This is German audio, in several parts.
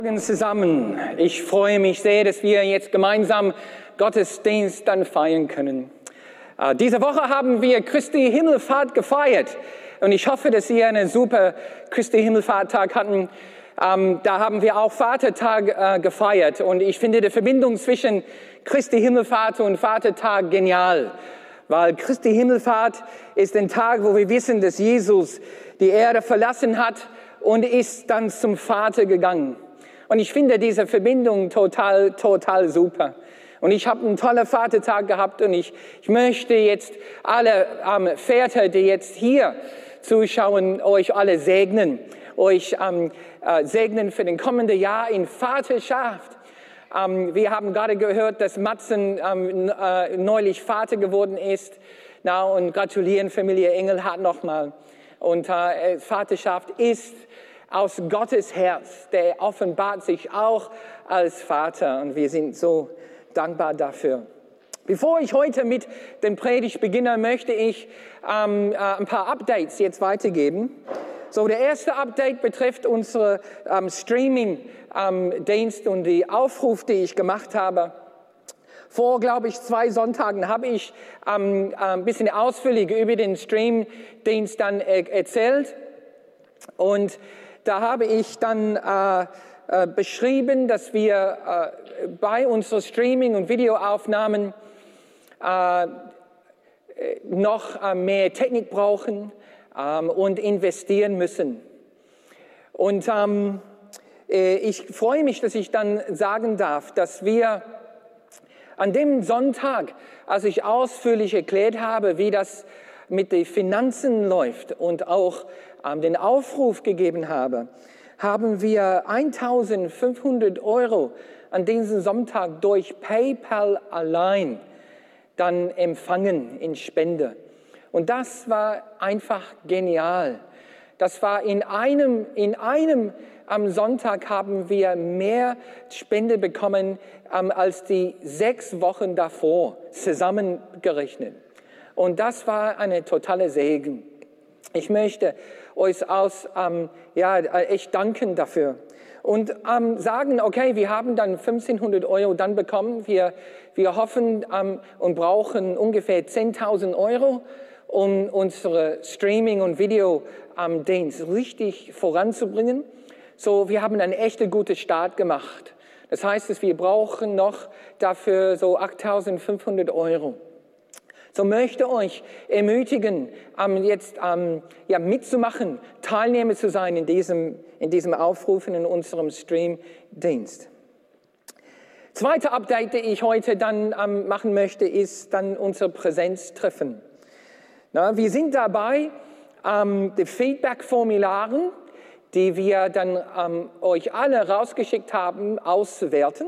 Morgen zusammen. Ich freue mich sehr, dass wir jetzt gemeinsam Gottesdienst dann feiern können. Diese Woche haben wir Christi Himmelfahrt gefeiert und ich hoffe, dass Sie einen super Christi Himmelfahrttag hatten. Da haben wir auch Vatertag gefeiert und ich finde die Verbindung zwischen Christi Himmelfahrt und Vatertag genial, weil Christi Himmelfahrt ist ein Tag, wo wir wissen, dass Jesus die Erde verlassen hat und ist dann zum Vater gegangen. Und ich finde diese Verbindung total super. Und ich habe einen tollen Vatertag gehabt und ich möchte jetzt alle Väter, die jetzt hier zuschauen, euch alle segnen. Euch segnen für den kommenden Jahr in Vaterschaft. Wir haben gerade gehört, dass Matzen neulich Vater geworden ist. Und gratulieren Familie Engelhardt nochmal. Und Vaterschaft ist aus Gottes Herz, der offenbart sich auch als Vater und wir sind so dankbar dafür. Bevor ich heute mit dem Predigt beginne, möchte ich ein paar Updates jetzt weitergeben. So, der erste Update betrifft unsere Streaming-Dienst und die Aufruf, die ich gemacht habe. Vor, glaube ich, 2 Sonntagen habe ich ein bisschen ausführlich über den Streamdienst dann erzählt und da habe ich dann beschrieben, dass wir bei unseren Streaming- und Videoaufnahmen noch mehr Technik brauchen und investieren müssen. Und ich freue mich, dass ich dann sagen darf, dass wir an dem Sonntag, als ich ausführlich erklärt habe, wie das mit den Finanzen läuft und auch den Aufruf gegeben habe, haben wir 1.500 € an diesem Sonntag durch PayPal allein dann empfangen in Spende. Und das war einfach genial. Das war in einem am Sonntag haben wir mehr Spende bekommen als die 6 Wochen davor zusammengerechnet. Und das war eine totale Segen. Ich möchte euch echt danken dafür und sagen, okay, wir haben dann 1.500 € dann bekommen. Wir hoffen und brauchen ungefähr 10.000 €, um unsere Streaming- und Videodienst richtig voranzubringen. So, wir haben einen echt guten Start gemacht. Das heißt, dass wir brauchen noch dafür so 8.500 €. So möchte euch ermutigen, jetzt mitzumachen, Teilnehmer zu sein in diesem Aufruf in unserem Streamdienst. Zweite Update, die ich heute dann machen möchte, ist dann unser Präsenztreffen. Wir sind dabei, die Feedback-Formularen, die wir dann euch alle rausgeschickt haben, auszuwerten.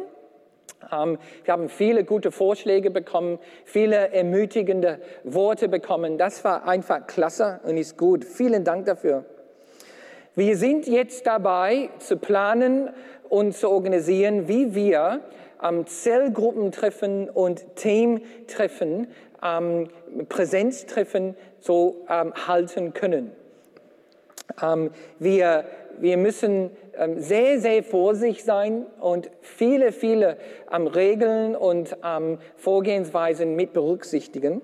Wir haben viele gute Vorschläge bekommen, viele ermutigende Worte bekommen. Das war einfach klasse und ist gut. Vielen Dank dafür. Wir sind jetzt dabei zu planen und zu organisieren, wie wir Zellgruppentreffen und Teamtreffen, Präsenztreffen so halten können. Wir müssen sehr vorsichtig sein und viele Regeln und Vorgehensweisen mit berücksichtigen.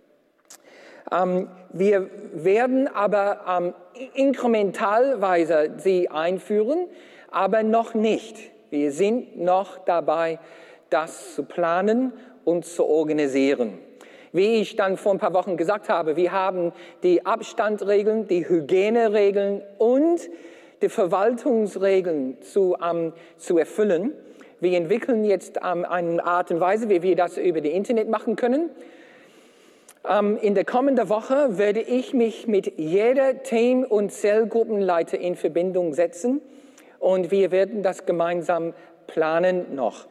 Wir werden aber inkrementalweise sie einführen, aber noch nicht. Wir sind noch dabei, das zu planen und zu organisieren. Wie ich dann vor ein paar Wochen gesagt habe, wir haben die Abstandsregeln, die Hygieneregeln und die Verwaltungsregeln zu erfüllen. Wir entwickeln jetzt eine Art und Weise, wie wir das über das Internet machen können. In der kommenden Woche werde ich mich mit jeder Team- und Zellgruppenleiter in Verbindung setzen und wir werden das gemeinsam planen noch.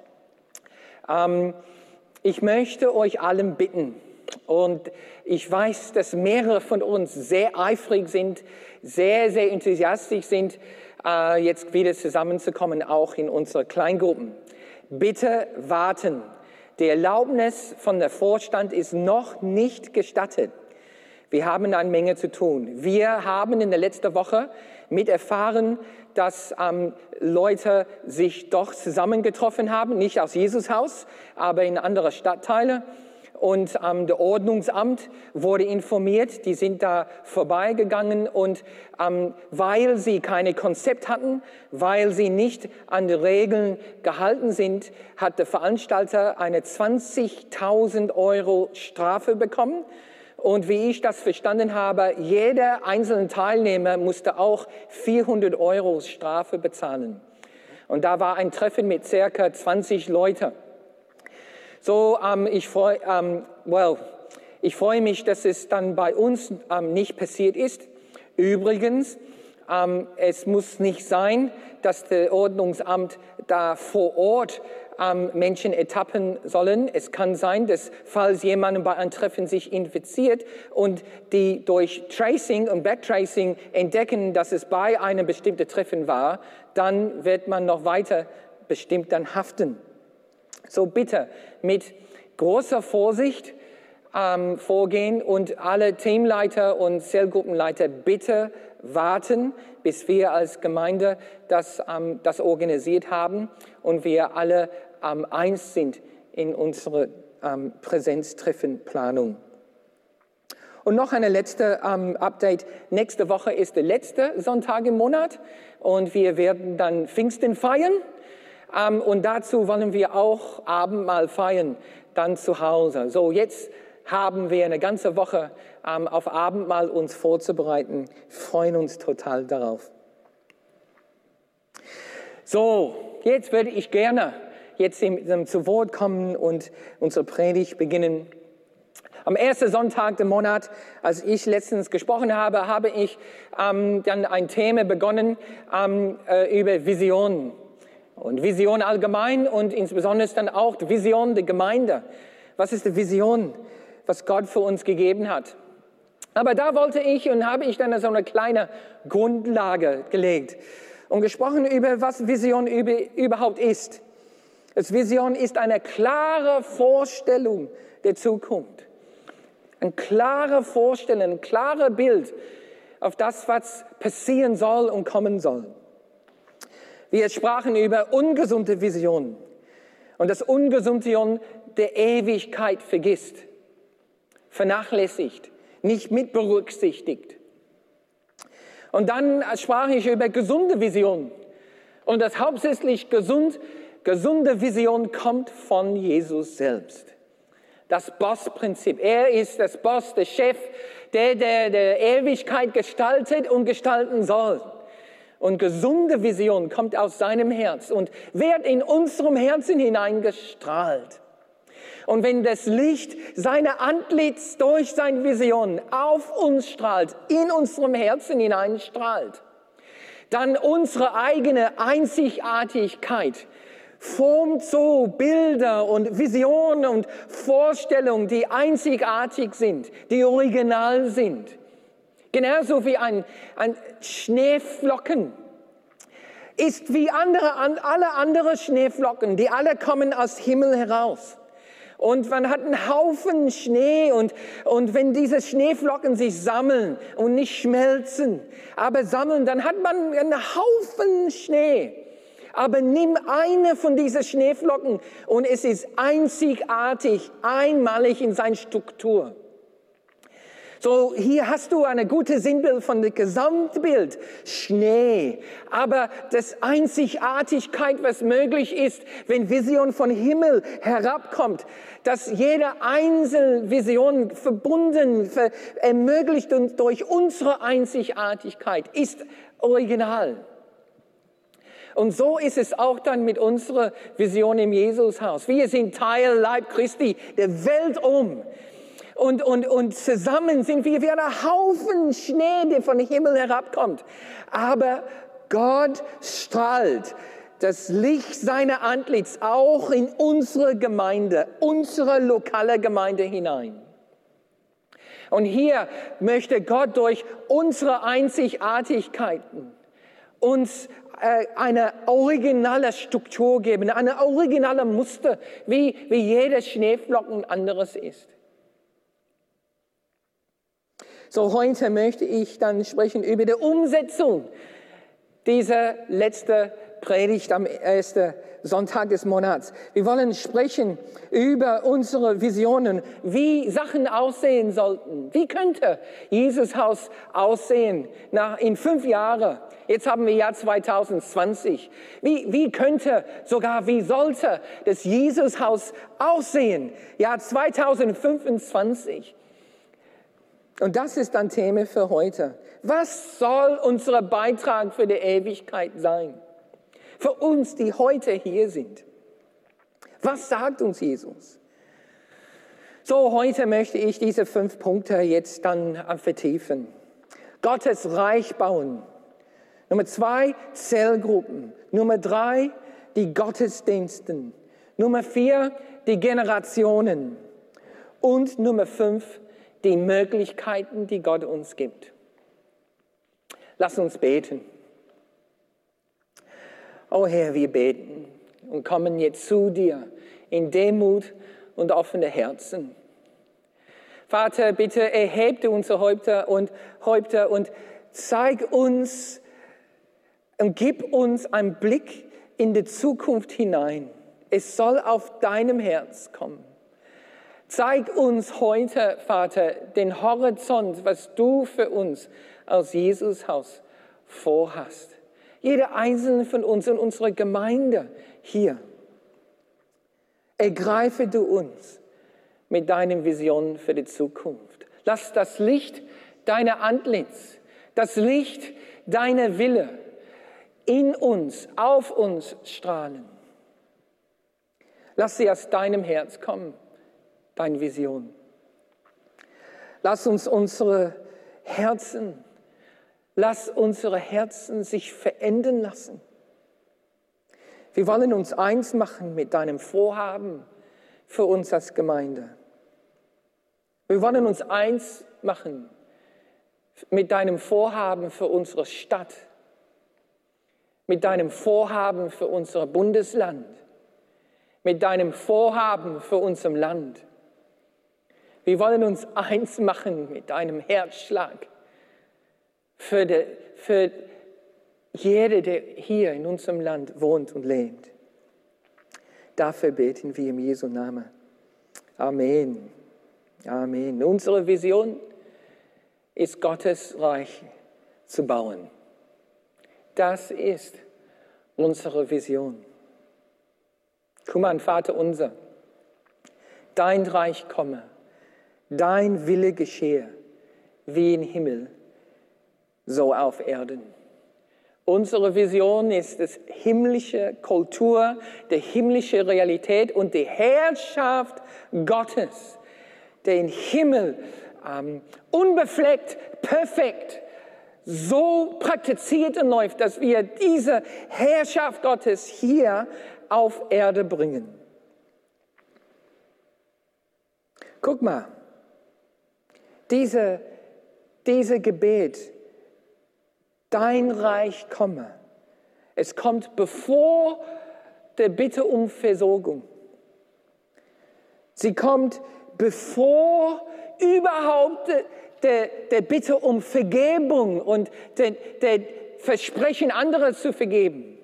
Ich möchte euch allen bitten, und ich weiß, dass mehrere von uns sehr eifrig sind, sehr enthusiastisch sind, jetzt wieder zusammenzukommen, auch in unsere Kleingruppen. Bitte warten. Die Erlaubnis von der Vorstand ist noch nicht gestattet. Wir haben eine Menge zu tun. Wir haben in der letzten Woche mit erfahren, dass Leute sich doch zusammengetroffen haben, nicht aus Jesus Haus, aber in andere Stadtteile. Und der Ordnungsamt wurde informiert, die sind da vorbeigegangen und weil sie keine Konzept hatten, weil sie nicht an die Regeln gehalten sind, hat der Veranstalter eine 20.000 € Strafe bekommen. Und wie ich das verstanden habe, jeder einzelne Teilnehmer musste auch 400 € Strafe bezahlen. Und da war ein Treffen mit circa 20 Leuten. So, ich freue mich, dass es dann bei uns nicht passiert ist. Übrigens, es muss nicht sein, dass das Ordnungsamt da vor Ort Menschen ertappen sollen. Es kann sein, dass falls jemand bei einem Treffen sich infiziert und die durch Tracing und Backtracing entdecken, dass es bei einem bestimmten Treffen war, dann wird man noch weiter bestimmt dann haften. So bitte mit großer Vorsicht vorgehen und alle Teamleiter und Zellgruppenleiter bitte warten, bis wir als Gemeinde das organisiert haben und wir alle eins sind in unserer Präsenztreffenplanung. Und noch eine letzte Update. Nächste Woche ist der letzte Sonntag im Monat und wir werden dann Pfingsten feiern. Und dazu wollen wir auch Abendmahl feiern, dann zu Hause. So, jetzt haben wir eine ganze Woche auf Abendmahl uns vorzubereiten. Freuen uns total darauf. So, jetzt würde ich gerne zu Wort kommen und unsere Predigt beginnen. Am ersten Sonntag im Monat, als ich letztens gesprochen habe, habe ich dann ein Thema begonnen über Visionen. Und Vision allgemein und insbesondere dann auch die Vision der Gemeinde. Was ist die Vision, was Gott für uns gegeben hat? Aber da habe ich dann so eine kleine Grundlage gelegt und gesprochen über, was Vision überhaupt ist. Das Vision ist eine klare Vorstellung der Zukunft. Eine klare Vorstellung, ein klares Bild auf das, was passieren soll und kommen soll. Wir sprachen über ungesunde Visionen und das ungesunde Vision der Ewigkeit vergisst, vernachlässigt, nicht mit berücksichtigt. Und dann sprach ich über gesunde Visionen und das hauptsächlich gesunde Vision kommt von Jesus selbst. Das Boss-Prinzip. Er ist das Boss, der Chef, der Ewigkeit gestaltet und gestalten soll. Und gesunde Vision kommt aus seinem Herz und wird in unserem Herzen hineingestrahlt. Und wenn das Licht seiner Antlitz durch seine Vision auf uns strahlt, in unserem Herzen hineinstrahlt, dann unsere eigene Einzigartigkeit formt so Bilder und Visionen und Vorstellungen, die einzigartig sind, die original sind. Genauso wie ein Schneeflocken ist wie alle anderen Schneeflocken, die alle kommen aus Himmel heraus. Und man hat einen Haufen Schnee und wenn diese Schneeflocken sich sammeln und nicht schmelzen, aber sammeln, dann hat man einen Haufen Schnee. Aber nimm eine von diesen Schneeflocken und es ist einzigartig, einmalig in seiner Struktur. So, hier hast du eine gute Sinnbild von dem Gesamtbild, Schnee. Aber das Einzigartigkeit, was möglich ist, wenn Vision von Himmel herabkommt, dass jede einzelne Vision verbunden, ermöglicht und durch unsere Einzigartigkeit ist original. Und so ist es auch dann mit unserer Vision im Jesushaus. Wir sind Teil Leib Christi, der Welt um. Und zusammen sind wir wie ein Haufen Schnee, der von Himmel herabkommt. Aber Gott strahlt das Licht seiner Antlitz auch in unsere Gemeinde, unsere lokale Gemeinde hinein. Und hier möchte Gott durch unsere Einzigartigkeiten uns eine originale Struktur geben, eine originale Muster, wie jeder Schneeflocken anderes ist. So heute möchte ich dann sprechen über die Umsetzung dieser letzten Predigt am ersten Sonntag des Monats. Wir wollen sprechen über unsere Visionen, wie Sachen aussehen sollten. Wie könnte Jesus Haus aussehen in 5 Jahren? Jetzt haben wir Jahr 2020. Wie sollte das Jesus Haus aussehen? Jahr 2025. Und das ist ein Thema für heute. Was soll unser Beitrag für die Ewigkeit sein? Für uns, die heute hier sind. Was sagt uns Jesus? So, heute möchte ich diese 5 Punkte jetzt dann vertiefen. Gottes Reich bauen. Nummer 2, Zellgruppen. Nummer 3, die Gottesdiensten. Nummer 4, die Generationen. Und Nummer 5, die Möglichkeiten, die Gott uns gibt. Lass uns beten. Oh Herr, wir beten und kommen jetzt zu dir in Demut und offene Herzen. Vater, bitte erhebe unsere Häupter und zeig uns und gib uns einen Blick in die Zukunft hinein. Es soll auf deinem Herz kommen. Zeig uns heute, Vater, den Horizont, was du für uns als Jesus-Haus vorhast. Jeder einzelne von uns in unserer Gemeinde hier. Ergreife du uns mit deinen Visionen für die Zukunft. Lass das Licht deiner Antlitz, das Licht deiner Wille in uns, auf uns strahlen. Lass sie aus deinem Herz kommen, deine Vision. Lass unsere Herzen sich verändern lassen. Wir wollen uns eins machen mit deinem Vorhaben für uns als Gemeinde. Wir wollen uns eins machen mit deinem Vorhaben für unsere Stadt, mit deinem Vorhaben für unser Bundesland, mit deinem Vorhaben für unser Land. Wir wollen uns eins machen mit deinem Herzschlag für jede, der hier in unserem Land wohnt und lebt. Dafür beten wir im Jesu Namen. Amen. Amen. Unsere Vision ist, Gottes Reich zu bauen. Das ist unsere Vision. Guck mal, Vater unser, dein Reich komme, dein Wille geschehe, wie im Himmel, so auf Erden. Unsere Vision ist die himmlische Kultur, die himmlische Realität und die Herrschaft Gottes, der im Himmel unbefleckt, perfekt, so praktiziert und läuft, dass wir diese Herrschaft Gottes hier auf Erde bringen. Guck mal, diese Gebet, dein Reich komme, es kommt bevor der Bitte um Versorgung. Sie kommt bevor überhaupt der Bitte um Vergebung und der Versprechen, andere zu vergeben.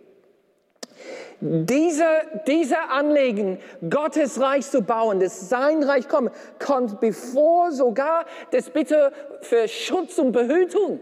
Diese Anliegen, Gottes Reich zu bauen, dass sein Reich kommt bevor sogar das Bitte für Schutz und Behütung.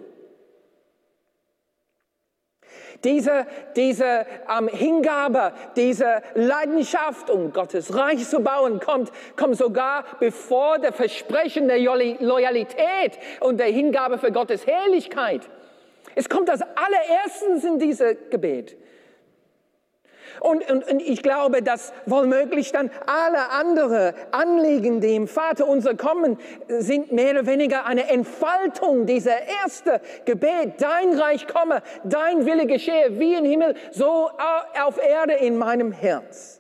Diese Hingabe, diese Leidenschaft, um Gottes Reich zu bauen, kommt sogar bevor der Versprechen der Loyalität und der Hingabe für Gottes Herrlichkeit. Es kommt als allererstes in dieses Gebet. Und ich glaube, dass womöglich dann alle anderen Anliegen, die im Vater unser kommen, sind mehr oder weniger eine Entfaltung dieser ersten Gebet. Dein Reich komme, dein Wille geschehe, wie im Himmel, so auf Erde in meinem Herz.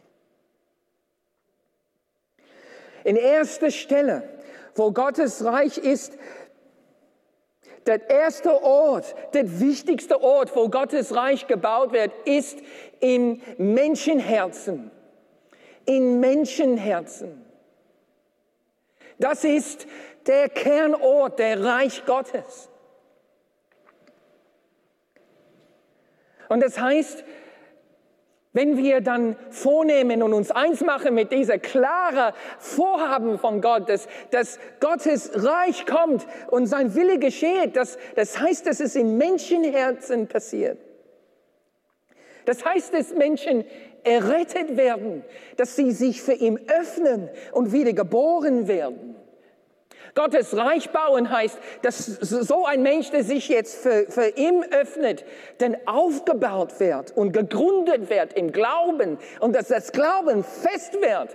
In erster Stelle, wo Gottes Reich ist, der erste Ort, der wichtigste Ort, wo Gottes Reich gebaut wird, ist im Menschenherzen. In Menschenherzen. Das ist der Kernort, der Reich Gottes. Und das heißt, wenn wir dann vornehmen und uns eins machen mit dieser klaren Vorhaben von Gott, dass Gottes Reich kommt und sein Wille geschieht, das heißt, dass es in Menschenherzen passiert. Das heißt, dass Menschen errettet werden, dass sie sich für ihn öffnen und wieder geboren werden. Gottes Reich bauen heißt, dass so ein Mensch, der sich jetzt für ihn öffnet, dann aufgebaut wird und gegründet wird im Glauben und dass das Glauben fest wird.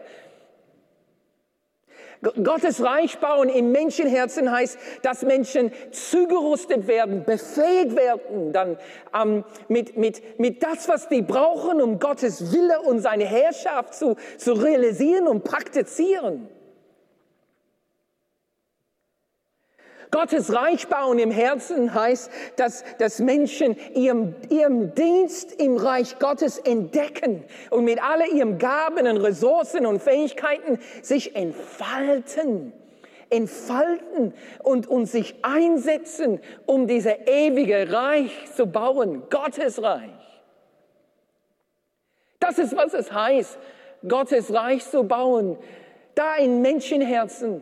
Gottes Reich bauen im Menschenherzen heißt, dass Menschen zugerüstet werden, befähigt werden, dann mit das, was die brauchen, um Gottes Wille und seine Herrschaft zu realisieren und praktizieren. Gottes Reich bauen im Herzen heißt, dass Menschen ihren Dienst im Reich Gottes entdecken und mit all ihren Gaben und Ressourcen und Fähigkeiten sich entfalten und sich einsetzen, um dieses ewige Reich zu bauen, Gottes Reich. Das ist, was es heißt, Gottes Reich zu bauen, da in Menschenherzen.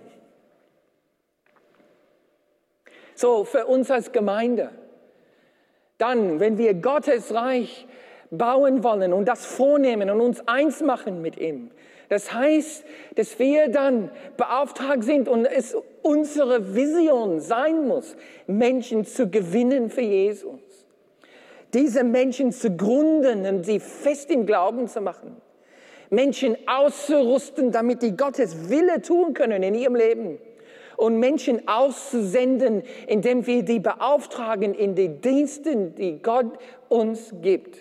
So, für uns als Gemeinde. Dann, wenn wir Gottes Reich bauen wollen und das vornehmen und uns eins machen mit ihm, das heißt, dass wir dann beauftragt sind und es unsere Vision sein muss, Menschen zu gewinnen für Jesus. Diese Menschen zu gründen und sie fest im Glauben zu machen. Menschen auszurüsten, damit die Gottes Wille tun können in ihrem Leben. Und Menschen auszusenden, indem wir die beauftragen in die Dienste, die Gott uns gibt.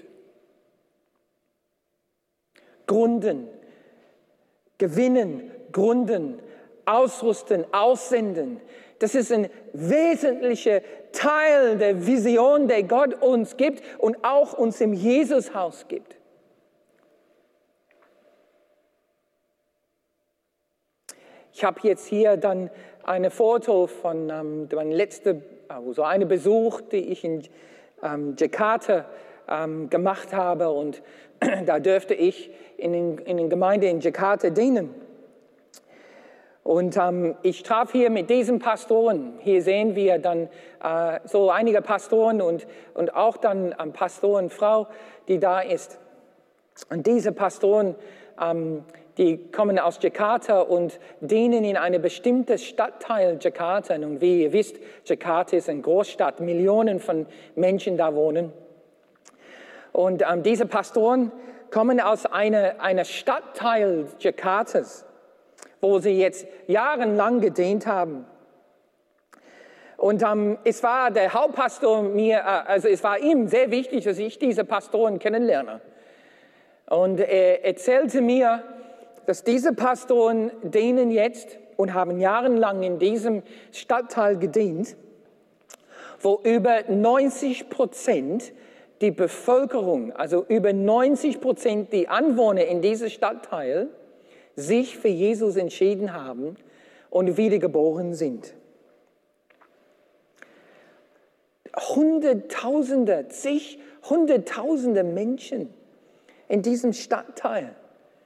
Gründen, gewinnen, gründen, ausrüsten, aussenden. Das ist ein wesentlicher Teil der Vision, die Gott uns gibt und auch uns im Jesushaus gibt. Ich habe jetzt hier dann ein Foto von meinem letzten Besuch, den ich in Jakarta gemacht habe. Und da durfte ich in der Gemeinde in Jakarta dienen. Und ich traf hier mit diesen Pastoren. Hier sehen wir dann so einige Pastoren und auch dann Pastorenfrau, die da ist. Und diese Pastoren, die kommen aus Jakarta und dienen in einem bestimmten Stadtteil Jakarta. Und wie ihr wisst, Jakarta ist eine Großstadt, Millionen von Menschen da wohnen. Und diese Pastoren kommen aus einer Stadtteil Jakartas, wo sie jetzt jahrelang gedient haben. Und es war der Hauptpastor es war ihm sehr wichtig, dass ich diese Pastoren kennenlerne. Und er erzählte mir, dass diese Pastoren dienen jetzt und haben jahrelang in diesem Stadtteil gedient, wo über 90% die Bevölkerung, also über 90% die Anwohner in diesem Stadtteil, sich für Jesus entschieden haben und wiedergeboren sind. Hunderttausende Menschen in diesem Stadtteil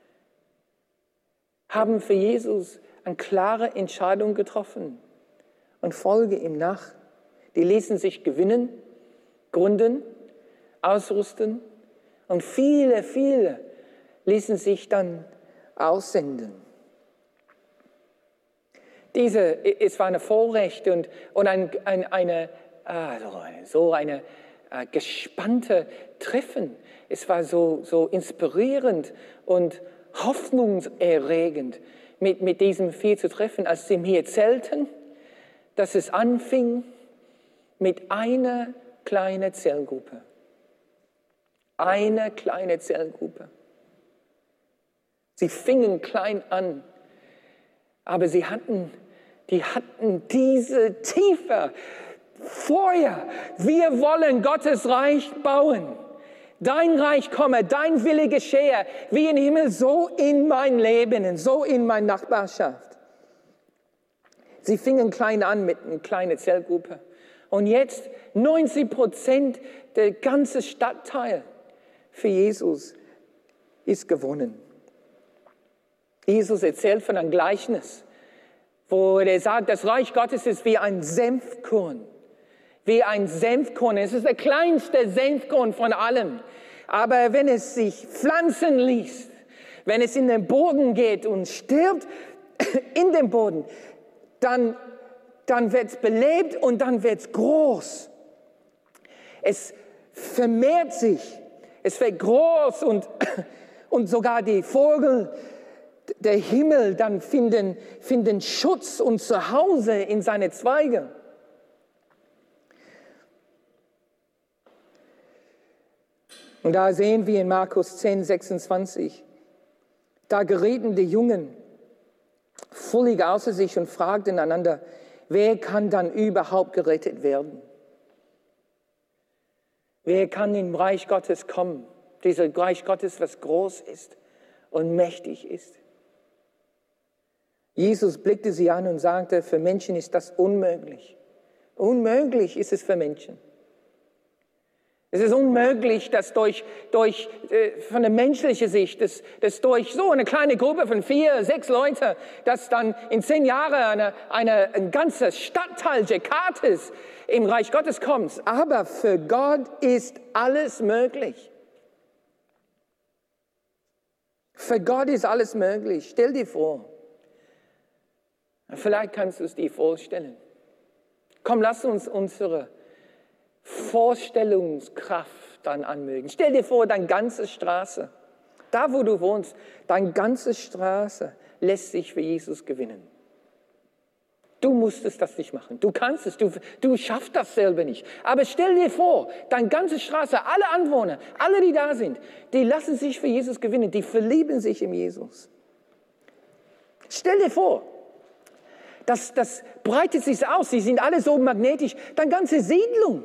haben für Jesus eine klare Entscheidung getroffen und folge ihm nach. Die ließen sich gewinnen, gründen, ausrüsten und viele ließen sich dann aussenden. Es war ein Vorrecht und eine gespannte Treffen. Es war so inspirierend und hoffnungserregend, mit diesem Vieh zu treffen, als sie mir erzählten, dass es anfing mit einer kleinen Zellgruppe. Eine kleine Zellgruppe. Sie fingen klein an, aber die hatten diese tiefe Feuer. Wir wollen Gottes Reich bauen. Dein Reich komme, dein Wille geschehe, wie im Himmel, so in mein Leben und so in meine Nachbarschaft. Sie fingen klein an mit einer kleinen Zellgruppe. Und jetzt 90% der ganzen Stadtteil für Jesus ist gewonnen. Jesus erzählt von einem Gleichnis, wo er sagt, das Reich Gottes ist wie ein Senfkorn. Wie ein Senfkorn. Es ist der kleinste Senfkorn von allem. Aber wenn es sich pflanzen ließ, wenn es in den Boden geht und stirbt in dem Boden, dann wird es belebt und dann wird es groß. Es vermehrt sich. Es wird groß und sogar die Vögel der Himmel dann finden Schutz und Zuhause in seine Zweige. Und da sehen wir in Markus 10, 26, da gerieten die Jungen völlig außer sich und fragten einander, wer kann dann überhaupt gerettet werden? Wer kann in Reich Gottes kommen? Dieser Reich Gottes, was groß ist und mächtig ist. Jesus blickte sie an und sagte, für Menschen ist das unmöglich. Unmöglich ist es für Menschen. Es ist unmöglich, dass von der menschlichen Sicht, dass durch so eine kleine Gruppe von 4, 6 Leuten, dass dann in 10 Jahren ein ganzer Stadtteil Jakartas im Reich Gottes kommt. Aber für Gott ist alles möglich. Für Gott ist alles möglich. Stell dir vor. Vielleicht kannst du es dir vorstellen. Komm, lass uns unsere Vorstellungskraft dann anmögen. Stell dir vor, deine ganze Straße, da wo du wohnst, deine ganze Straße lässt sich für Jesus gewinnen. Du musstest das nicht machen. Du kannst es, du schaffst das selber nicht. Aber stell dir vor, deine ganze Straße, alle Anwohner, alle, die da sind, die lassen sich für Jesus gewinnen, die verlieben sich in Jesus. Stell dir vor, das breitet sich aus, sie sind alle so magnetisch, deine ganze Siedlung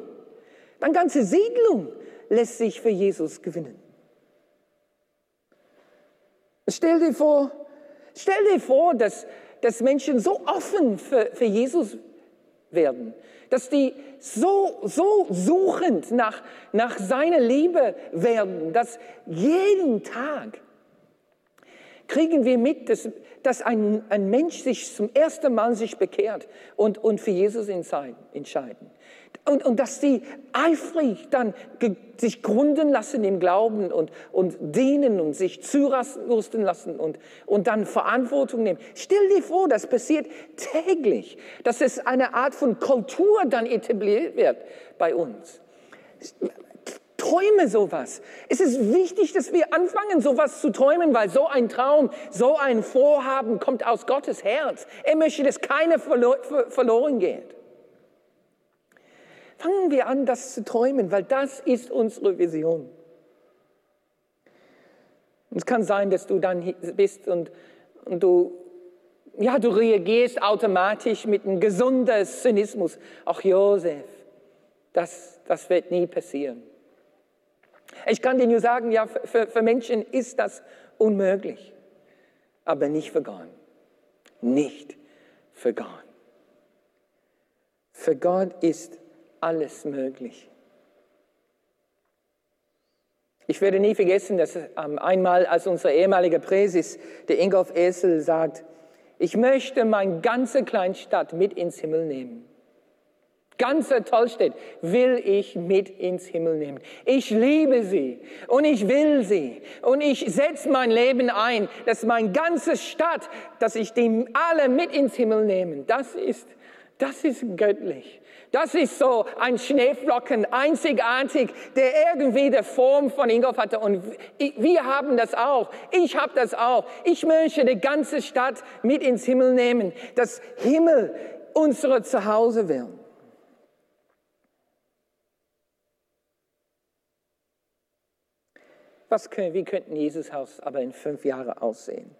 lässt sich für Jesus gewinnen. Stell dir vor, dass Menschen so offen für Jesus werden, dass die so suchend nach seiner Liebe werden, dass jeden Tag kriegen wir mit, dass ein Mensch sich zum ersten Mal sich bekehrt und für Jesus entscheiden. Und dass sie eifrig dann sich gründen lassen im Glauben und dienen und sich zurüsten lassen und dann Verantwortung nehmen. Stell dir vor, das passiert täglich, dass es eine Art von Kultur dann etabliert wird bei uns. Träume sowas. Es ist wichtig, dass wir anfangen, sowas zu träumen, weil so ein Traum, so ein Vorhaben kommt aus Gottes Herz. Er möchte, dass keiner verloren geht. Fangen wir an, das zu träumen, weil das ist unsere Vision. Und es kann sein, dass du dann bist und du reagierst automatisch mit einem gesunden Zynismus. Ach Josef, das wird nie passieren. Ich kann dir nur sagen, ja, für Menschen ist das unmöglich, aber nicht für Gott. Nicht für Gott. Für Gott ist alles möglich. Ich werde nie vergessen, dass einmal, als unser ehemaliger Präses, der Ingolf Esel, sagt, ich möchte meine ganze Kleinstadt mit ins Himmel nehmen. Ganze Tollstedt will ich mit ins Himmel nehmen. Ich liebe sie und ich will sie und ich setze mein Leben ein, dass meine ganze Stadt, dass ich die alle mit ins Himmel nehme. Das ist göttlich. Das ist so ein Schneeflocken, einzigartig, der irgendwie die Form von Ingolf hatte. Und wir haben das auch. Ich habe das auch. Ich möchte die ganze Stadt mit ins Himmel nehmen, dass Himmel unsere Zuhause werden. Wie könnte Jesus Haus aber in 5 Jahren aussehen?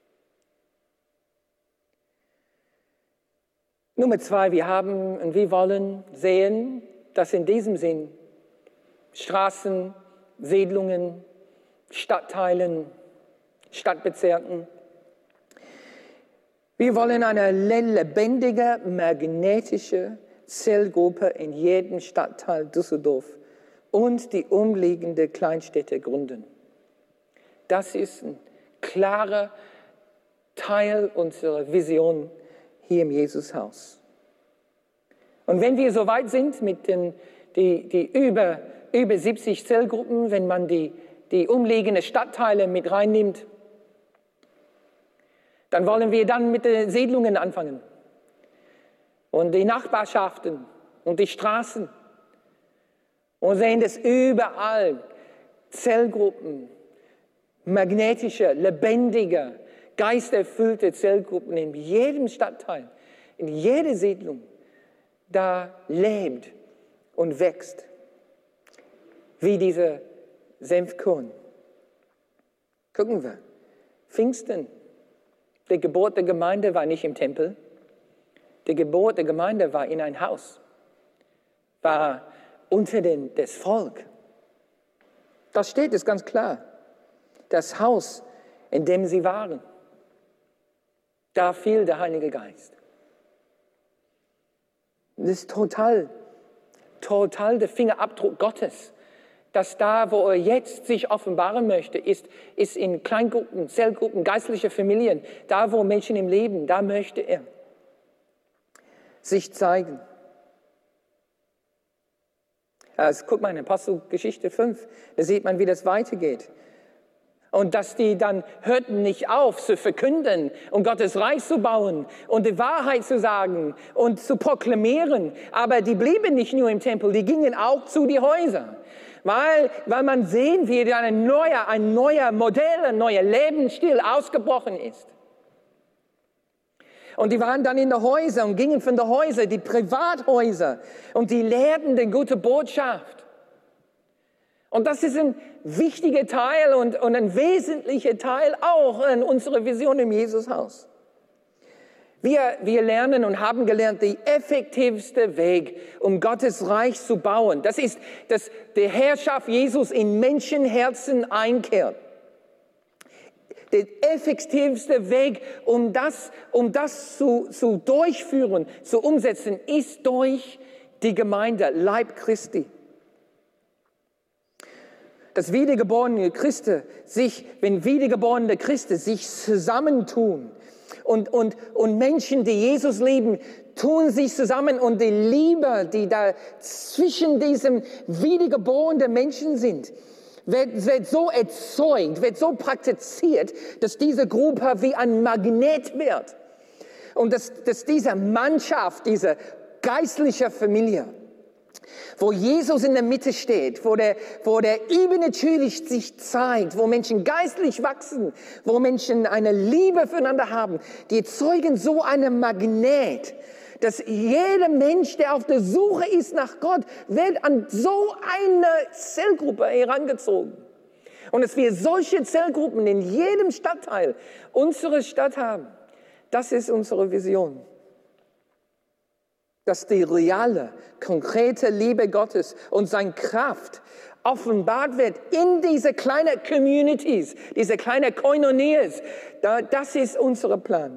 Nummer 2, wir wollen sehen, dass in diesem Sinn Straßen, Siedlungen, Stadtteilen, Stadtbezirken Wir wollen eine lebendige, magnetische Zellgruppe in jedem Stadtteil Düsseldorf und die umliegenden Kleinstädte gründen. Das ist ein klarer Teil unserer Vision hier im Jesushaus. Und wenn wir so weit sind mit die über 70 Zellgruppen, wenn man die umliegenden Stadtteile mit reinnimmt, dann wollen wir dann mit den Siedlungen anfangen und die Nachbarschaften und die Straßen und sehen, dass überall Zellgruppen, magnetische, lebendige, geisterfüllte Zellgruppen in jedem Stadtteil, in jeder Siedlung da lebt und wächst, wie diese Senfkorn. Gucken wir, Pfingsten, die Geburt der Gemeinde war nicht im Tempel, die Geburt der Gemeinde war in ein Haus, war unter das Volk. Da steht es ganz klar, das Haus, in dem sie waren, da fiel der Heilige Geist. Das ist total der Fingerabdruck Gottes, dass da, wo er jetzt sich offenbaren möchte, ist in Kleingruppen, Zellgruppen, geistliche Familien, da, wo Menschen im Leben, da möchte er sich zeigen. Also, guck mal in Apostelgeschichte 5, da sieht man, wie das weitergeht. Und dass die dann hörten nicht auf zu verkünden und Gottes Reich zu bauen und die Wahrheit zu sagen und zu proklamieren. Aber die blieben nicht nur im Tempel, die gingen auch zu den Häusern. Weil man sehen, wie ein neuer Modell, ein neuer Lebensstil ausgebrochen ist. Und die waren dann in den Häusern und gingen von den Häusern, die Privathäuser, und die lehrten die gute Botschaft. Und das ist ein wichtiger Teil und ein wesentlicher Teil auch in unserer Vision im Jesushaus. Wir lernen und haben gelernt, der effektivste Weg, um Gottes Reich zu bauen, das ist, dass die Herrschaft Jesus in Menschenherzen einkehrt. Der effektivste Weg, um das zu durchführen, zu umsetzen, ist durch die Gemeinde, Leib Christi. Dass wiedergeborene Christen wenn wiedergeborene Christen sich zusammentun und Menschen, die Jesus lieben, tun sich zusammen und die Liebe, die da zwischen diesen wiedergeborenen Menschen sind, wird so erzeugt, wird so praktiziert, dass diese Gruppe wie ein Magnet wird. Und dass diese Mannschaft, diese geistliche Familie, wo Jesus in der Mitte steht, wo der übernatürlich sich zeigt, wo Menschen geistlich wachsen, wo Menschen eine Liebe füreinander haben, die erzeugen so einen Magnet, dass jeder Mensch, der auf der Suche ist nach Gott, wird an so eine Zellgruppe herangezogen. Und dass wir solche Zellgruppen in jedem Stadtteil unserer Stadt haben, das ist unsere Vision. Dass die reale, konkrete Liebe Gottes und seine Kraft offenbart wird in diese kleinen Communities, diese kleinen Koinonias. Das ist unser Plan.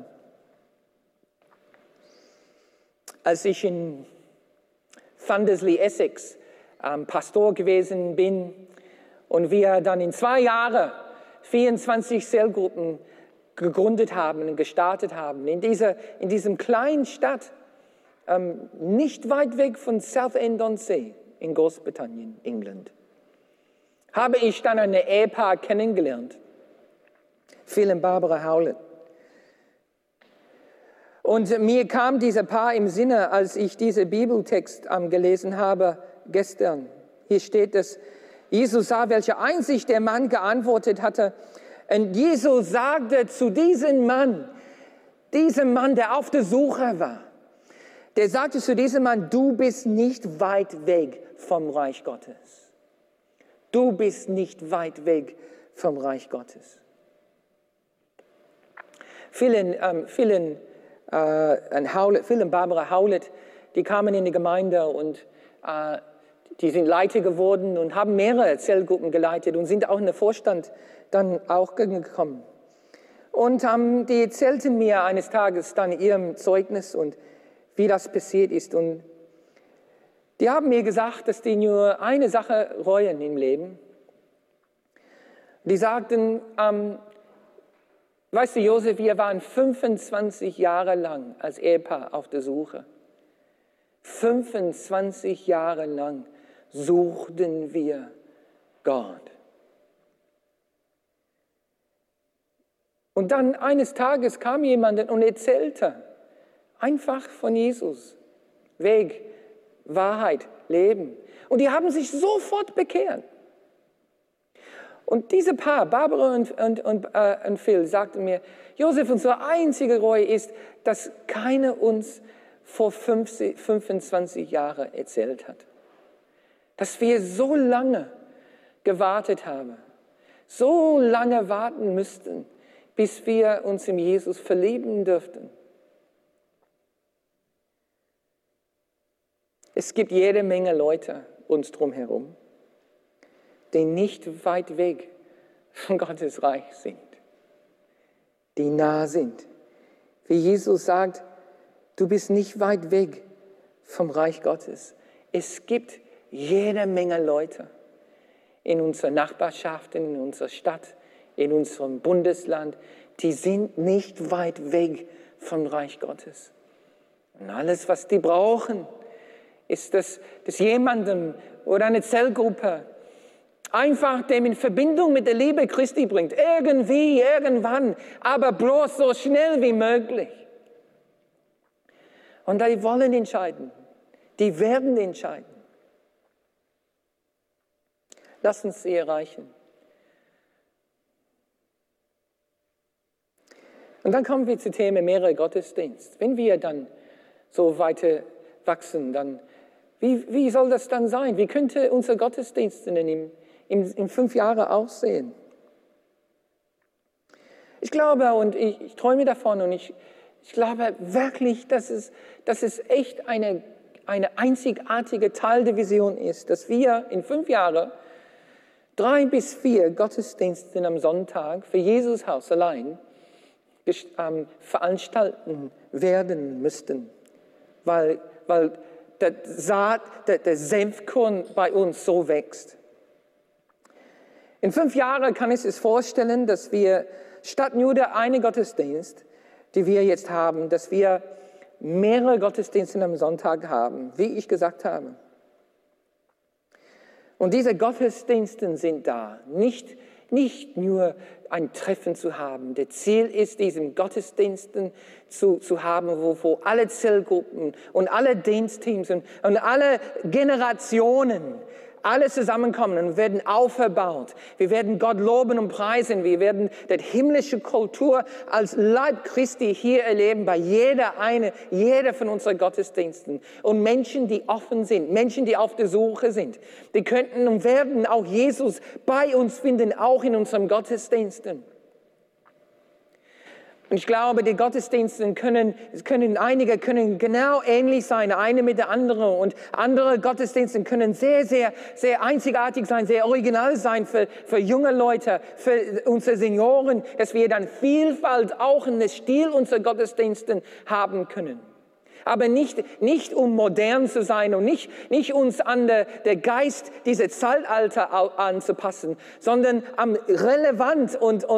Als ich in Fundersley, Essex, Pastor gewesen bin und wir dann in 2 Jahren 24 Zellgruppen gegründet haben und gestartet haben, in diesem kleinen Stadt, nicht weit weg von Southend-on-Sea in Großbritannien, England, habe ich dann ein Ehepaar kennengelernt, Phil und Barbara Howlett. Und mir kam dieser Paar im Sinne, als ich diesen Bibeltext gelesen habe gestern. Hier steht, dass Jesus sah, welche Einsicht der Mann geantwortet hatte. Und Jesus sagte zu diesem Mann, der auf der Suche war, der sagte zu diesem Mann, du bist nicht weit weg vom Reich Gottes. Du bist nicht weit weg vom Reich Gottes. Phil und Barbara Howlett, die kamen in die Gemeinde und die sind Leiter geworden und haben mehrere Zellgruppen geleitet und sind auch in den Vorstand dann auch gekommen. Und die erzählten mir eines Tages dann ihrem Zeugnis und wie das passiert ist. Und die haben mir gesagt, dass die nur eine Sache reuen im Leben. Die sagten, weißt du, Josef, wir waren 25 Jahre lang als Ehepaar auf der Suche. 25 Jahre lang suchten wir Gott. Und dann eines Tages kam jemand und erzählte einfach von Jesus. Weg, Wahrheit, Leben. Und die haben sich sofort bekehrt. Und diese Paar, Barbara und Phil, sagten mir, Josef, unsere einzige Reue ist, dass keiner uns vor 25 Jahren erzählt hat. Dass wir so lange gewartet haben, so lange warten müssten, bis wir uns in Jesus verlieben dürften. Es gibt jede Menge Leute uns drumherum, die nicht weit weg von Gottes Reich sind, die nah sind. Wie Jesus sagt, du bist nicht weit weg vom Reich Gottes. Es gibt jede Menge Leute in unserer Nachbarschaft, in unserer Stadt, in unserem Bundesland, die sind nicht weit weg vom Reich Gottes. Und alles, was die brauchen, ist, dass jemandem oder eine Zellgruppe einfach dem in Verbindung mit der Liebe Christi bringt. Irgendwie, irgendwann, aber bloß so schnell wie möglich. Und die wollen entscheiden. Die werden entscheiden. Lass uns sie erreichen. Und dann kommen wir zum Thema mehrere Gottesdienste. Wenn wir dann so weiter wachsen, dann wie soll das dann sein? Wie könnte unser Gottesdienst in 5 Jahren aussehen? Ich glaube und ich träume davon und ich glaube wirklich, dass es echt eine einzigartige Teil der Vision ist, dass wir in 5 Jahren 3 bis 4 Gottesdienste am Sonntag für Jesus Haus allein veranstalten werden müssten, weil der Saat, der Senfkorn bei uns so wächst. In 5 Jahren kann ich es vorstellen, dass wir statt nur der eine Gottesdienst, die wir jetzt haben, dass wir mehrere Gottesdienste am Sonntag haben, wie ich gesagt habe. Und diese Gottesdienste sind da, nicht nur ein Treffen zu haben. Der Ziel ist, diesen Gottesdiensten zu haben, wo alle Zellgruppen und alle Dienstteams und alle Generationen alle zusammenkommen und werden auferbaut. Wir werden Gott loben und preisen. Wir werden die himmlische Kultur als Leib Christi hier erleben bei jeder von unseren Gottesdiensten. Und Menschen, die offen sind, Menschen, die auf der Suche sind, die könnten und werden auch Jesus bei uns finden, auch in unseren Gottesdiensten. Und ich glaube, die Gottesdienste einige können genau ähnlich sein, eine mit der anderen. Und andere Gottesdienste können sehr, sehr, sehr einzigartig sein, sehr original sein für junge Leute, für unsere Senioren, dass wir dann Vielfalt auch in den Stil unserer Gottesdienste haben können. Aber nicht um modern zu sein und nicht uns an der Geist dieser Zeitalter anzupassen, sondern relevant und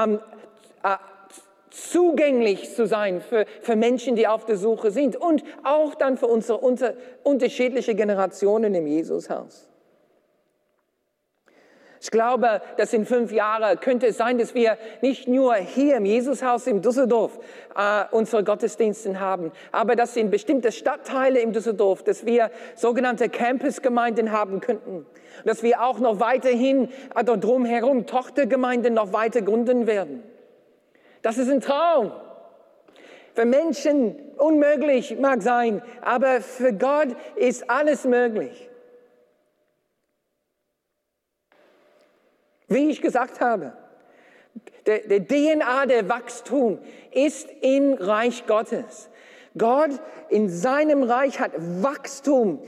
zugänglich zu sein für Menschen, die auf der Suche sind und auch dann für unsere unterschiedlichen Generationen im Jesushaus. Ich glaube, dass in 5 Jahren könnte es sein, dass wir nicht nur hier im Jesushaus in Düsseldorf unsere Gottesdienste haben, aber dass in bestimmte Stadtteile in Düsseldorf, dass wir sogenannte Campusgemeinden haben könnten, dass wir auch noch weiterhin drumherum Tochtergemeinden noch weiter gründen werden. Das ist ein Traum. Für Menschen unmöglich mag sein, aber für Gott ist alles möglich. Wie ich gesagt habe, der DNA der Wachstum ist im Reich Gottes. Gott in seinem Reich hat Wachstum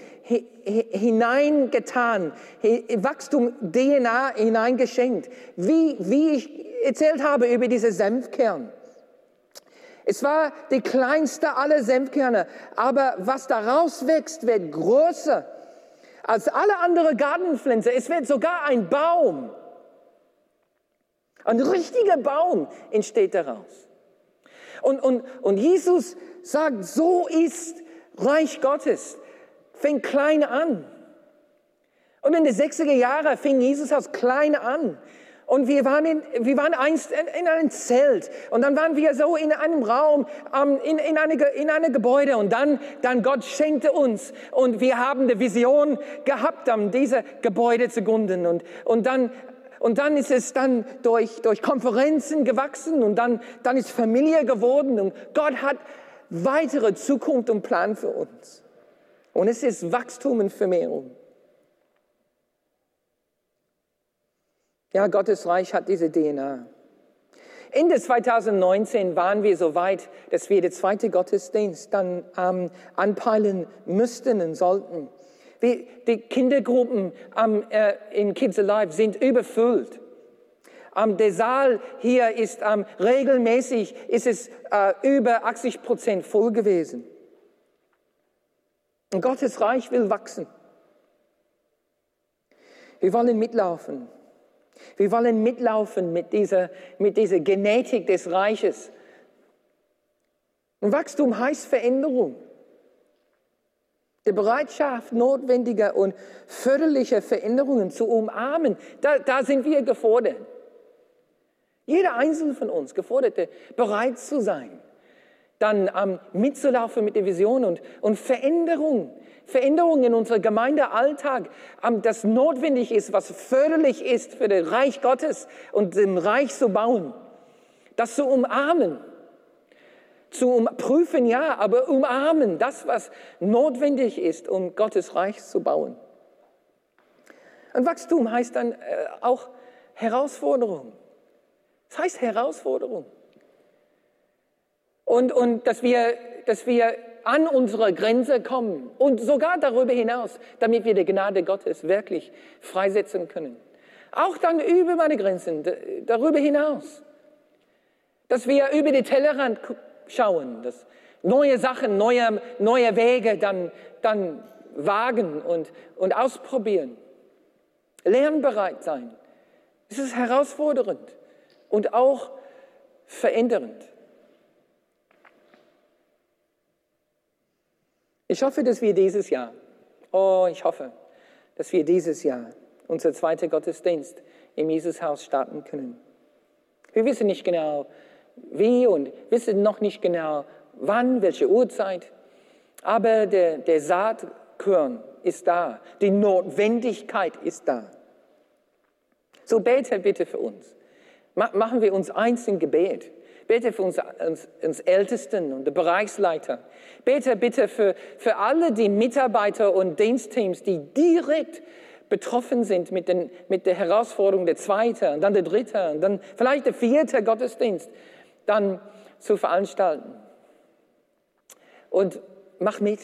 hineingetan, Wachstum DNA hineingeschenkt. Wie ich erzählt habe über diese Senfkern. Es war die kleinste aller Senfkerne, aber was daraus wächst, wird größer als alle anderen Gartenpflanzen. Es wird sogar ein Baum. Ein richtiger Baum entsteht daraus. Und Jesus sagt, so ist Reich Gottes. Fängt klein an. Und in den 60er Jahren fing Jesus als klein an. Und wir waren einst in einem Zelt. Und dann waren wir so in einem Raum, in einem Gebäude. Und dann Gott schenkte uns. Und wir haben die Vision gehabt, diese Gebäude zu gründen. Und dann ist es dann durch Konferenzen gewachsen. Und dann ist Familie geworden. Und Gott hat weitere Zukunft und Plan für uns. Und es ist Wachstum und Vermehrung. Ja, Gottes Reich hat diese DNA. Ende 2019 waren wir so weit, dass wir den zweiten Gottesdienst dann anpeilen müssten und sollten. Die Kindergruppen in Kids Alive sind überfüllt. Der Saal hier ist regelmäßig über 80% voll gewesen. Und Gottes Reich will wachsen. Wir wollen mitlaufen. Wir wollen mitlaufen mit dieser Genetik des Reiches. Und Wachstum heißt Veränderung. Die Bereitschaft, notwendige und förderliche Veränderungen zu umarmen, da sind wir gefordert. Jeder Einzelne von uns gefordert, bereit zu sein, dann mitzulaufen mit der Vision und Veränderungen in unserem Gemeindealltag, das notwendig ist, was förderlich ist für das Reich Gottes und dem Reich zu bauen. Das zu umarmen, zu prüfen, ja, aber umarmen, das, was notwendig ist, um Gottes Reich zu bauen. Und Wachstum heißt dann auch Herausforderung. Das heißt Herausforderung. Und dass wir an unsere Grenze kommen und sogar darüber hinaus, damit wir die Gnade Gottes wirklich freisetzen können. Auch dann über meine Grenzen, darüber hinaus. Dass wir über den Tellerrand schauen, dass neue Sachen, neue Wege dann wagen und ausprobieren. Lernbereit sein. Es ist herausfordernd und auch verändernd. Ich hoffe, dass wir dieses Jahr unser zweiter Gottesdienst im Jesushaus starten können. Wir wissen nicht genau, wie und wissen noch nicht genau, wann, welche Uhrzeit, aber der Saatkörn ist da, die Notwendigkeit ist da. So bete bitte für uns. Machen wir uns eins im Gebet. Bete für uns Ältesten und die Bereichsleiter. Bete bitte für alle die Mitarbeiter und Dienstteams, die direkt betroffen sind mit der Herausforderung der zweite und dann der dritte und dann vielleicht der vierte Gottesdienst dann zu veranstalten. Und mach mit.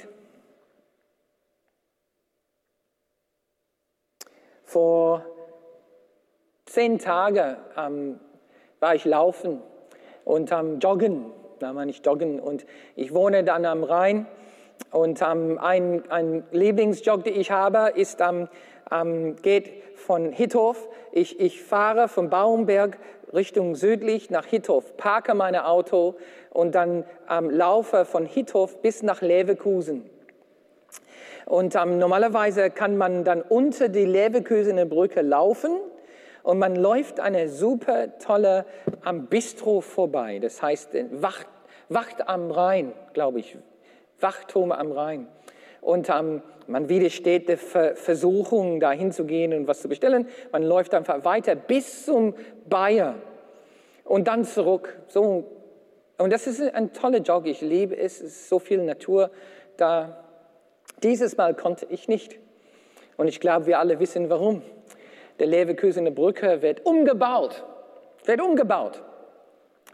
Vor 10 Tagen war ich laufen und joggen, und ich wohne dann am Rhein und ein Lieblingsjog, den ich habe, ist geht von Hittorf. Ich fahre von Baumberg Richtung südlich nach Hittorf, parke mein Auto und dann laufe von Hittorf bis nach Leverkusen. Und normalerweise kann man dann unter die Leverkusener Brücke laufen. Und man läuft eine super tolle Bistro vorbei. Das heißt, Wacht am Rhein, glaube ich. Wachturm am Rhein. Und man widersteht der Versuchung, da hinzugehen und was zu bestellen. Man läuft einfach weiter bis zum Bayer und dann zurück. So. Und das ist ein toller Jog. Ich liebe es. Es ist so viel Natur da. Dieses Mal konnte ich nicht. Und ich glaube, wir alle wissen, warum. Der Leverkusener Brücke wird umgebaut.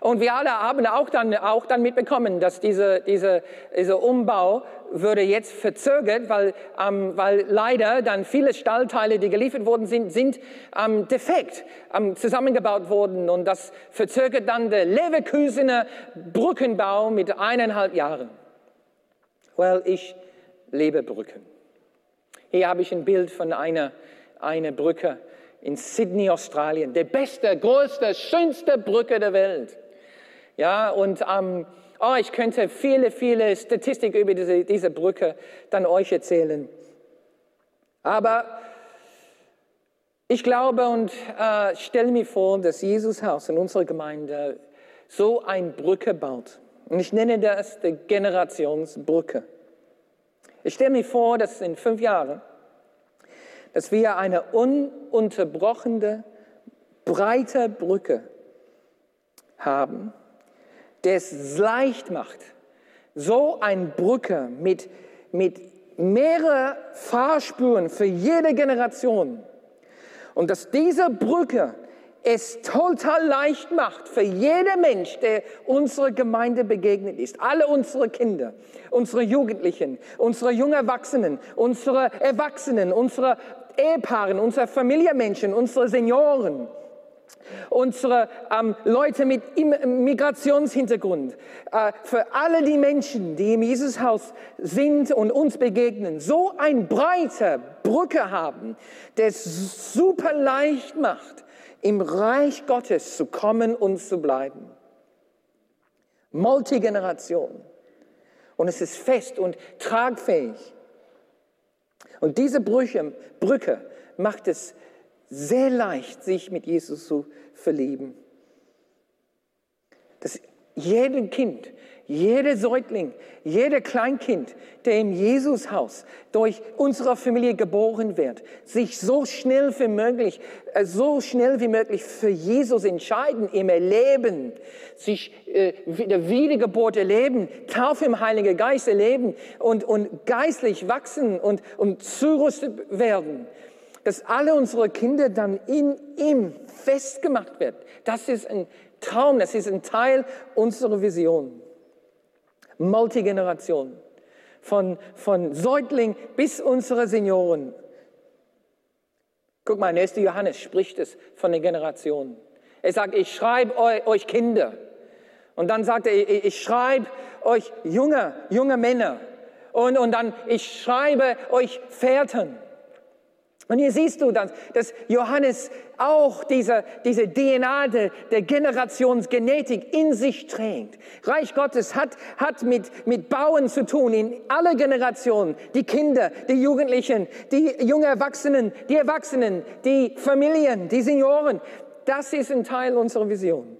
Und wir alle haben auch dann mitbekommen, dass dieser Umbau würde jetzt verzögert, weil leider dann viele Stahlteile, die geliefert worden sind defekt zusammengebaut worden. Und das verzögert dann der Leverkusener Brückenbau mit 1,5 Jahren. Well, ich liebe Brücken. Hier habe ich ein Bild von einer Brücke in Sydney, Australien. Der beste, größte, schönste Brücke der Welt. Ja, und ich könnte viele Statistiken über diese Brücke dann euch erzählen. Aber ich glaube und stelle mir vor, dass Jesus Haus in unserer Gemeinde so eine Brücke baut. Und ich nenne das die Generationsbrücke. Ich stelle mir vor, dass in 5 Jahren, dass wir eine ununterbrochene, breite Brücke haben, der es leicht macht, so eine Brücke mit mehreren Fahrspuren für jede Generation. Und dass diese Brücke es total leicht macht für jeden Mensch, der unserer Gemeinde begegnet ist. Alle unsere Kinder, unsere Jugendlichen, unsere jungen Erwachsenen, unsere Erwachsenen, unsere Ehepaare, unsere Familienmenschen, unsere Senioren, unsere Leute mit Migrationshintergrund, für alle die Menschen, die im Jesushaus sind und uns begegnen, so eine breite Brücke haben, der es super leicht macht, im Reich Gottes zu kommen und zu bleiben. Multigeneration. Und es ist fest und tragfähig. Und diese Brücke macht es sehr leicht, sich mit Jesus zu verlieben. Dass jedem Kind, jeder Säugling, jeder Kleinkind, der im Jesushaus durch unsere Familie geboren wird, sich so schnell wie möglich für Jesus entscheiden, im Erleben, sich der Wiedergeburt erleben, Taufe im Heiligen Geist erleben und geistlich wachsen und zurüstet werden. Dass alle unsere Kinder dann in ihm festgemacht werden. Das ist ein Traum, das ist ein Teil unserer Vision. Multigeneration. Von Säugling bis unsere Senioren. Guck mal, 1. Johannes spricht es von den Generationen. Er sagt, ich schreibe euch Kinder. Und dann sagt er, ich schreibe euch junge Männer. Und dann, ich schreibe euch Vätern. Und hier siehst du, dass Johannes auch diese DNA der Generationsgenetik in sich trägt. Reich Gottes hat mit Bauen zu tun in alle Generationen. Die Kinder, die Jugendlichen, die jungen Erwachsenen, die Erwachsenen, die Familien, die Senioren. Das ist ein Teil unserer Vision.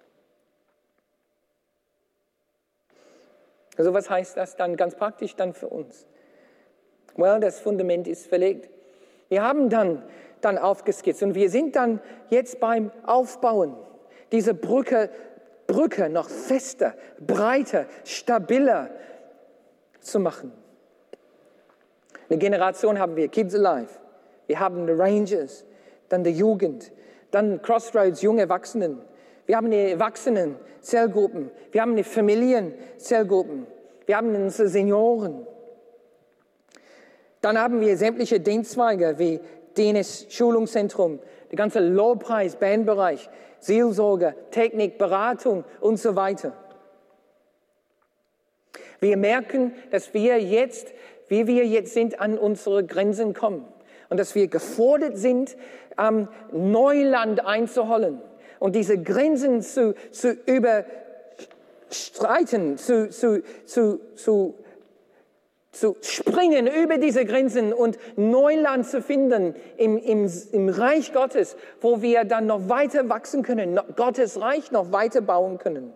Also was heißt das dann ganz praktisch dann für uns? Well, das Fundament ist verlegt. Wir haben dann aufgeskizzt und wir sind dann jetzt beim Aufbauen dieser Brücke noch fester, breiter, stabiler zu machen. Eine Generation haben wir, Kids Alive. Wir haben die Rangers, dann die Jugend, dann Crossroads, junge Erwachsenen. Wir haben die Erwachsenen-Zellgruppen. Wir haben die Familien-Zellgruppen. Wir haben unsere Senioren. Dann haben wir sämtliche Dienstzweige wie DNS Schulungszentrum, der ganze Lobpreis, Bandbereich, Seelsorge, Technik, Beratung und so weiter. Wir merken, dass wir jetzt, wie wir jetzt sind, an unsere Grenzen kommen und dass wir gefordert sind, Neuland einzuholen und diese Grenzen zu überstreiten, zu springen über diese Grenzen und Neuland zu finden im Reich Gottes, wo wir dann noch weiter wachsen können, Gottes Reich noch weiter bauen können.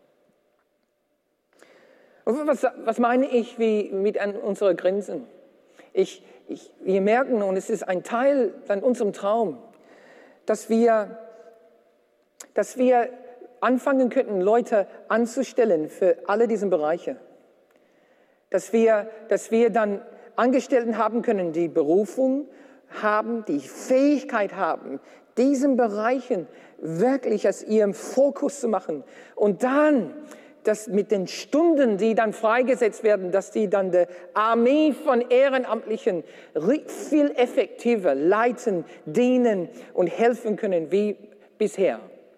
Und was meine ich mit an unseren Grenzen? Wir merken, und es ist ein Teil an unserem Traum, dass wir anfangen könnten, Leute anzustellen für alle diese Bereiche. Dass wir dann Angestellten haben können, die Berufung haben, die Fähigkeit haben, diesen Bereichen wirklich als ihrem Fokus zu machen. Und dann, dass mit den Stunden, die dann freigesetzt werden, dass die dann der Armee von Ehrenamtlichen viel effektiver leiten, dienen und helfen können wie bisher.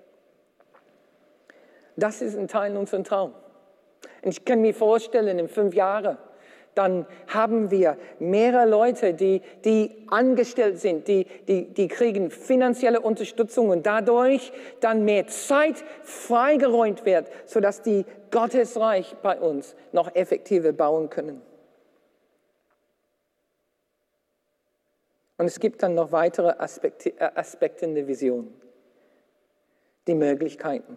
Das ist ein Teil unseres Traums. Und ich kann mir vorstellen, in 5 Jahren, dann haben wir mehrere Leute, die angestellt sind, die kriegen finanzielle Unterstützung und dadurch dann mehr Zeit freigeräumt wird, sodass die Gottesreich bei uns noch effektiver bauen können. Und es gibt dann noch weitere Aspekte in der Vision, die Möglichkeiten.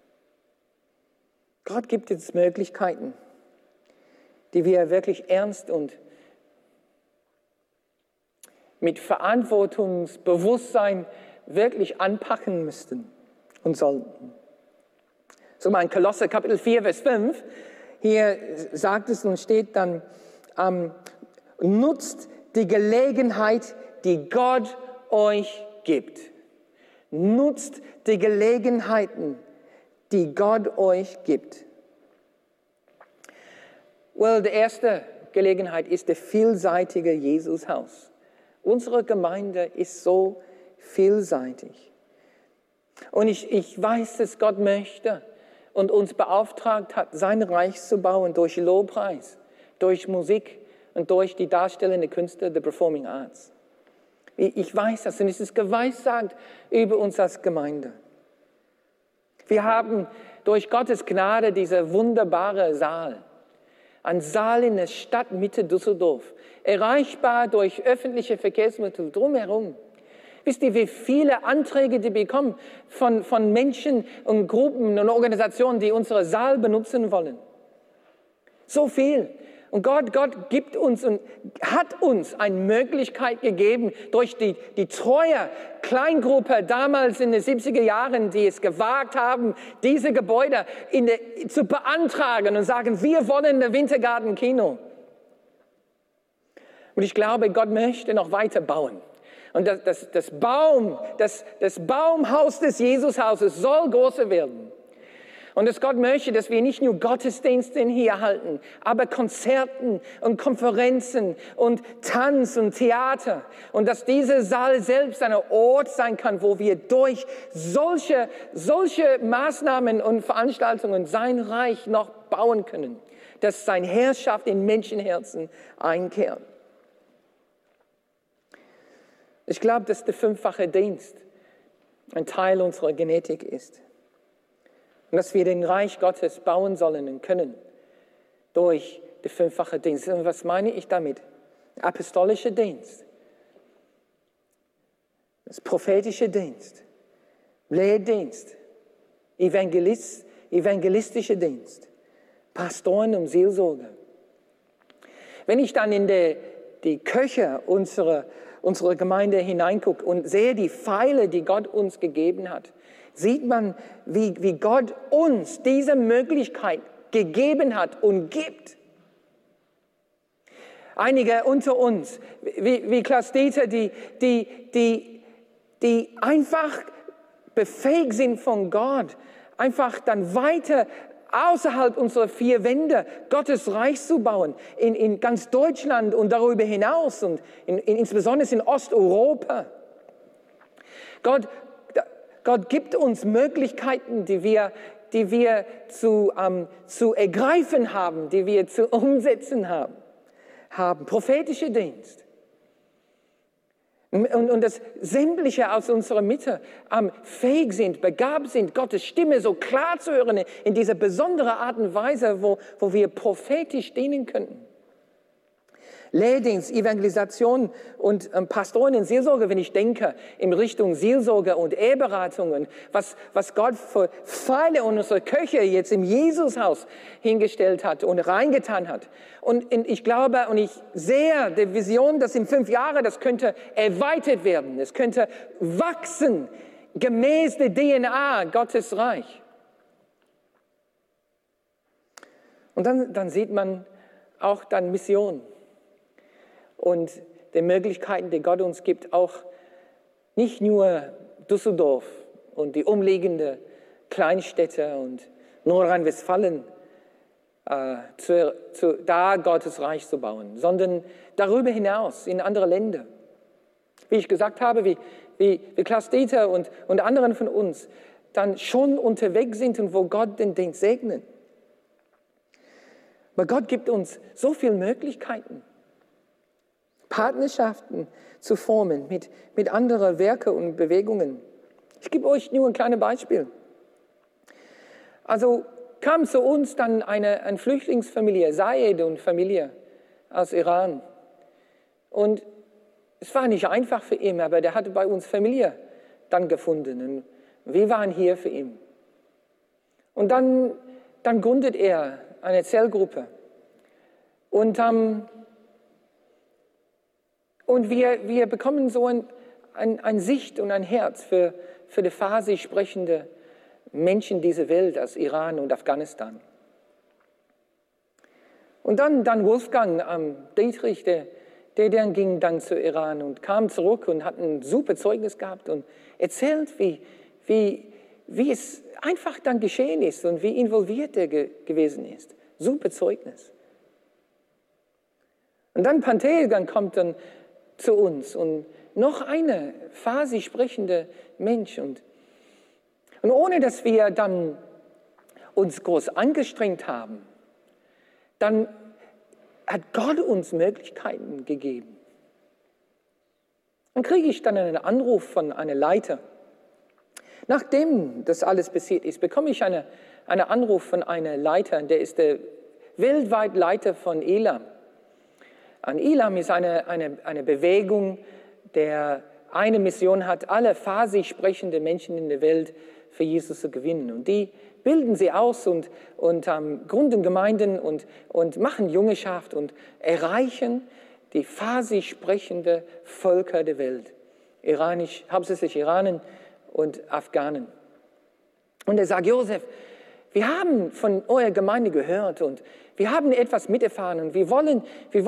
Gott gibt uns Möglichkeiten, die wir wirklich ernst und mit Verantwortungsbewusstsein wirklich anpacken müssten und sollten. So mal in Kolosser Kapitel 4, Vers 5, hier sagt es und steht dann, nutzt die Gelegenheit, die Gott euch gibt. Nutzt die Gelegenheiten, die Gott euch gibt. Well, die erste Gelegenheit ist das vielseitige Jesushaus. Unsere Gemeinde ist so vielseitig. Und ich weiß, dass Gott möchte und uns beauftragt hat, sein Reich zu bauen durch Lobpreis, durch Musik und durch die darstellenden Künste der Performing Arts. Ich weiß das und es ist geweissagt über uns als Gemeinde. Wir haben durch Gottes Gnade diese wunderbare Saal. Ein Saal in der Stadtmitte Düsseldorf, erreichbar durch öffentliche Verkehrsmittel drumherum. Wisst ihr, wie viele Anträge die bekommen von Menschen und Gruppen und Organisationen, die unseren Saal benutzen wollen? So viel. Und Gott gibt uns und hat uns eine Möglichkeit gegeben, durch die treue Kleingruppe damals in den 70er Jahren, die es gewagt haben, diese Gebäude zu beantragen und sagen, wir wollen ein Wintergarten-Kino. Und ich glaube, Gott möchte noch weiter bauen. Und das Baumhaus des Jesushauses soll größer werden. Und dass Gott möchte, dass wir nicht nur Gottesdienste hier halten, aber Konzerten und Konferenzen und Tanz und Theater. Und dass dieser Saal selbst ein Ort sein kann, wo wir durch solche Maßnahmen und Veranstaltungen sein Reich noch bauen können. Dass seine Herrschaft in Menschenherzen einkehrt. Ich glaube, dass der 5-fache Dienst ein Teil unserer Genetik ist. Und dass wir den Reich Gottes bauen sollen und können durch den 5-fachen Dienst. Und was meine ich damit? Apostolischer Dienst, das prophetische Dienst, Lehrdienst, evangelistischer Dienst, Pastoren und Seelsorge. Wenn ich dann in die Köche unserer Gemeinde hineingucke und sehe die Pfeile, die Gott uns gegeben hat, sieht man, wie Gott uns diese Möglichkeit gegeben hat und gibt. Einige unter uns, wie Klaus Dieter, die einfach befähigt sind von Gott, einfach dann weiter außerhalb unserer 4 Wände Gottes Reich zu bauen, in ganz Deutschland und darüber hinaus und insbesondere in Osteuropa. Gott gibt uns Möglichkeiten, die wir zu ergreifen haben, die wir zu umsetzen haben. Prophetischer Dienst. Und dass sämtliche aus unserer Mitte fähig sind, begabt sind, Gottes Stimme so klar zu hören, in dieser besonderen Art und Weise, wo wir prophetisch dienen könnten. Lehrdienst, Evangelisation und Pastoren in Seelsorge, wenn ich denke, in Richtung Seelsorge und Eheberatungen, was Gott für Pfeile und unsere Köche jetzt im Jesushaus hingestellt hat und reingetan hat. Und ich glaube und ich sehe die Vision, dass in 5 Jahren das könnte erweitert werden. Es könnte wachsen, gemäß der DNA Gottes Reich. Und dann sieht man auch dann Mission. Und die Möglichkeiten, die Gott uns gibt, auch nicht nur Düsseldorf und die umliegenden Kleinstädte und Nordrhein-Westfalen da Gottes Reich zu bauen, sondern darüber hinaus in andere Länder. Wie ich gesagt habe, wie Klaus-Dieter und anderen von uns dann schon unterwegs sind und wo Gott den Dienst segnet. Aber Gott gibt uns so viele Möglichkeiten, Partnerschaften zu formen mit anderen Werken und Bewegungen. Ich gebe euch nur ein kleines Beispiel. Also kam zu uns dann eine Flüchtlingsfamilie, Said und Familie aus Iran. Und es war nicht einfach für ihn, aber der hatte bei uns Familie dann gefunden. Und wir waren hier für ihn. Und dann gründet er eine Zellgruppe. Und wir bekommen so ein Sicht und ein Herz für die Farsi sprechende Menschen dieser Welt aus Iran und Afghanistan. Und dann Wolfgang Dietrich, der ging dann zu Iran und kam zurück und hat ein super Zeugnis gehabt und erzählt, wie es einfach dann geschehen ist und wie involviert er gewesen ist. Super Zeugnis. Und dann Pantheon kommt dann zu uns und noch eine Farsi sprechende Mensch. Und ohne, dass wir dann uns groß angestrengt haben, dann hat Gott uns Möglichkeiten gegeben. Dann kriege ich dann einen Anruf von einer Leiter. Nachdem das alles passiert ist, bekomme ich einen Anruf von einer Leiter, der ist der weltweite Leiter von Elam. Und Elam ist eine Bewegung, der eine Mission hat, alle Farsi sprechende Menschen in der Welt für Jesus zu gewinnen. Und die bilden sie aus und gründen Gemeinden und machen Jüngerschaft und erreichen die Farsi sprechende Völker der Welt. Hauptsächlich Iranen und Afghanen. Und er sagt, Josef, wir haben von eurer Gemeinde gehört und wir haben etwas miterfahren und wir wollen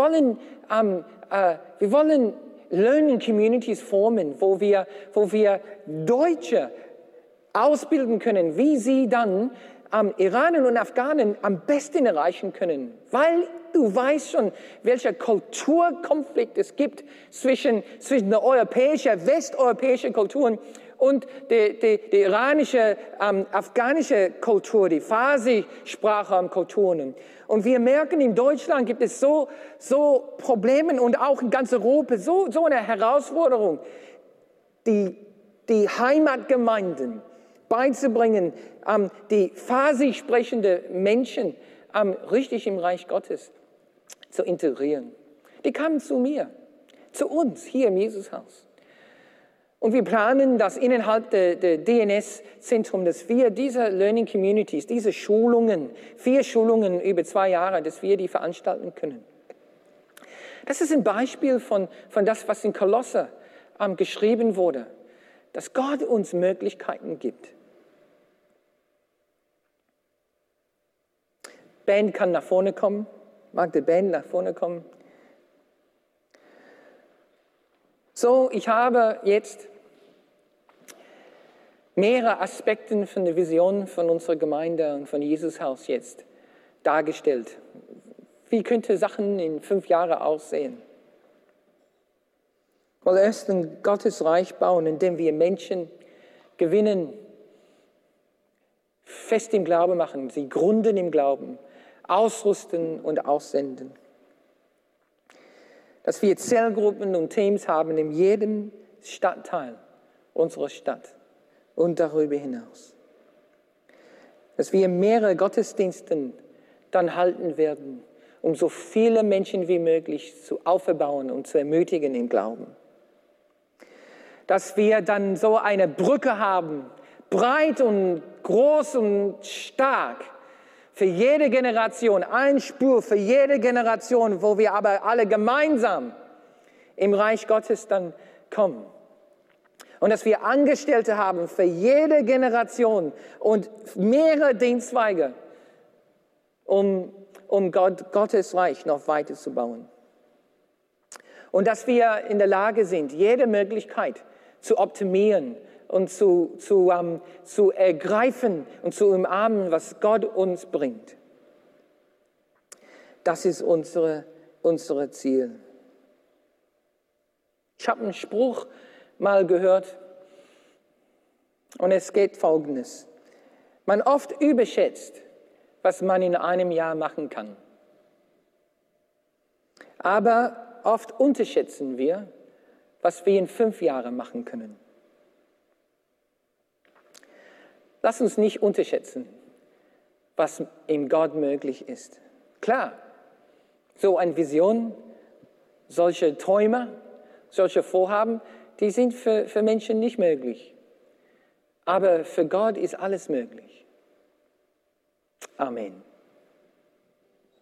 Learning Communities formen, wo wir Deutsche ausbilden können, wie sie dann Iraner und Afghanen am besten erreichen können. Weil du weißt schon, welcher Kulturkonflikt es gibt zwischen der europäischen, westeuropäischen Kultur und die iranische, afghanische Kultur, die Farsi-Sprache Kulturen. Und wir merken, in Deutschland gibt es so Probleme und auch in ganz Europa so eine Herausforderung, die Heimatgemeinden beizubringen, die Farsi sprechende Menschen richtig im Reich Gottes zu integrieren. Die kamen zu mir, zu uns hier im Jesushaus. Und wir planen, dass innerhalb der DNS-Zentrum, dass wir diese Learning Communities, diese Schulungen, 4 Schulungen über 2 Jahre, dass wir die veranstalten können. Das ist ein Beispiel von das, was in Kolosser geschrieben wurde, dass Gott uns Möglichkeiten gibt. Band kann nach vorne kommen. Mag die Band nach vorne kommen? So, ich habe jetzt mehrere Aspekte von der Vision von unserer Gemeinde und von Jesushaus jetzt dargestellt. Wie könnte Sachen in 5 Jahren aussehen? Weil erst ein Gottes Reich bauen, indem wir Menschen gewinnen, fest im Glauben machen, sie gründen im Glauben, ausrüsten und aussenden. Dass wir Zellgruppen und Teams haben in jedem Stadtteil unserer Stadt und darüber hinaus. Dass wir mehrere Gottesdienste dann halten werden, um so viele Menschen wie möglich zu aufbauen und zu ermutigen im Glauben. Dass wir dann so eine Brücke haben, breit und groß und stark, für jede Generation, ein Spur für jede Generation, wo wir aber alle gemeinsam im Reich Gottes dann kommen. Und dass wir Angestellte haben für jede Generation und mehrere Dienstzweige, um Gottes Reich noch weiter zu bauen. Und dass wir in der Lage sind, jede Möglichkeit zu optimieren und zu ergreifen und zu umarmen, was Gott uns bringt. Das ist unsere Ziel. Ich habe einen Spruch mal gehört und es geht Folgendes. Man oft überschätzt, was man in einem Jahr machen kann. Aber oft unterschätzen wir, was wir in 5 Jahren machen können. Lass uns nicht unterschätzen, was in Gott möglich ist. Klar, so eine Vision, solche Träume, solche Vorhaben, die sind für Menschen nicht möglich. Aber für Gott ist alles möglich. Amen.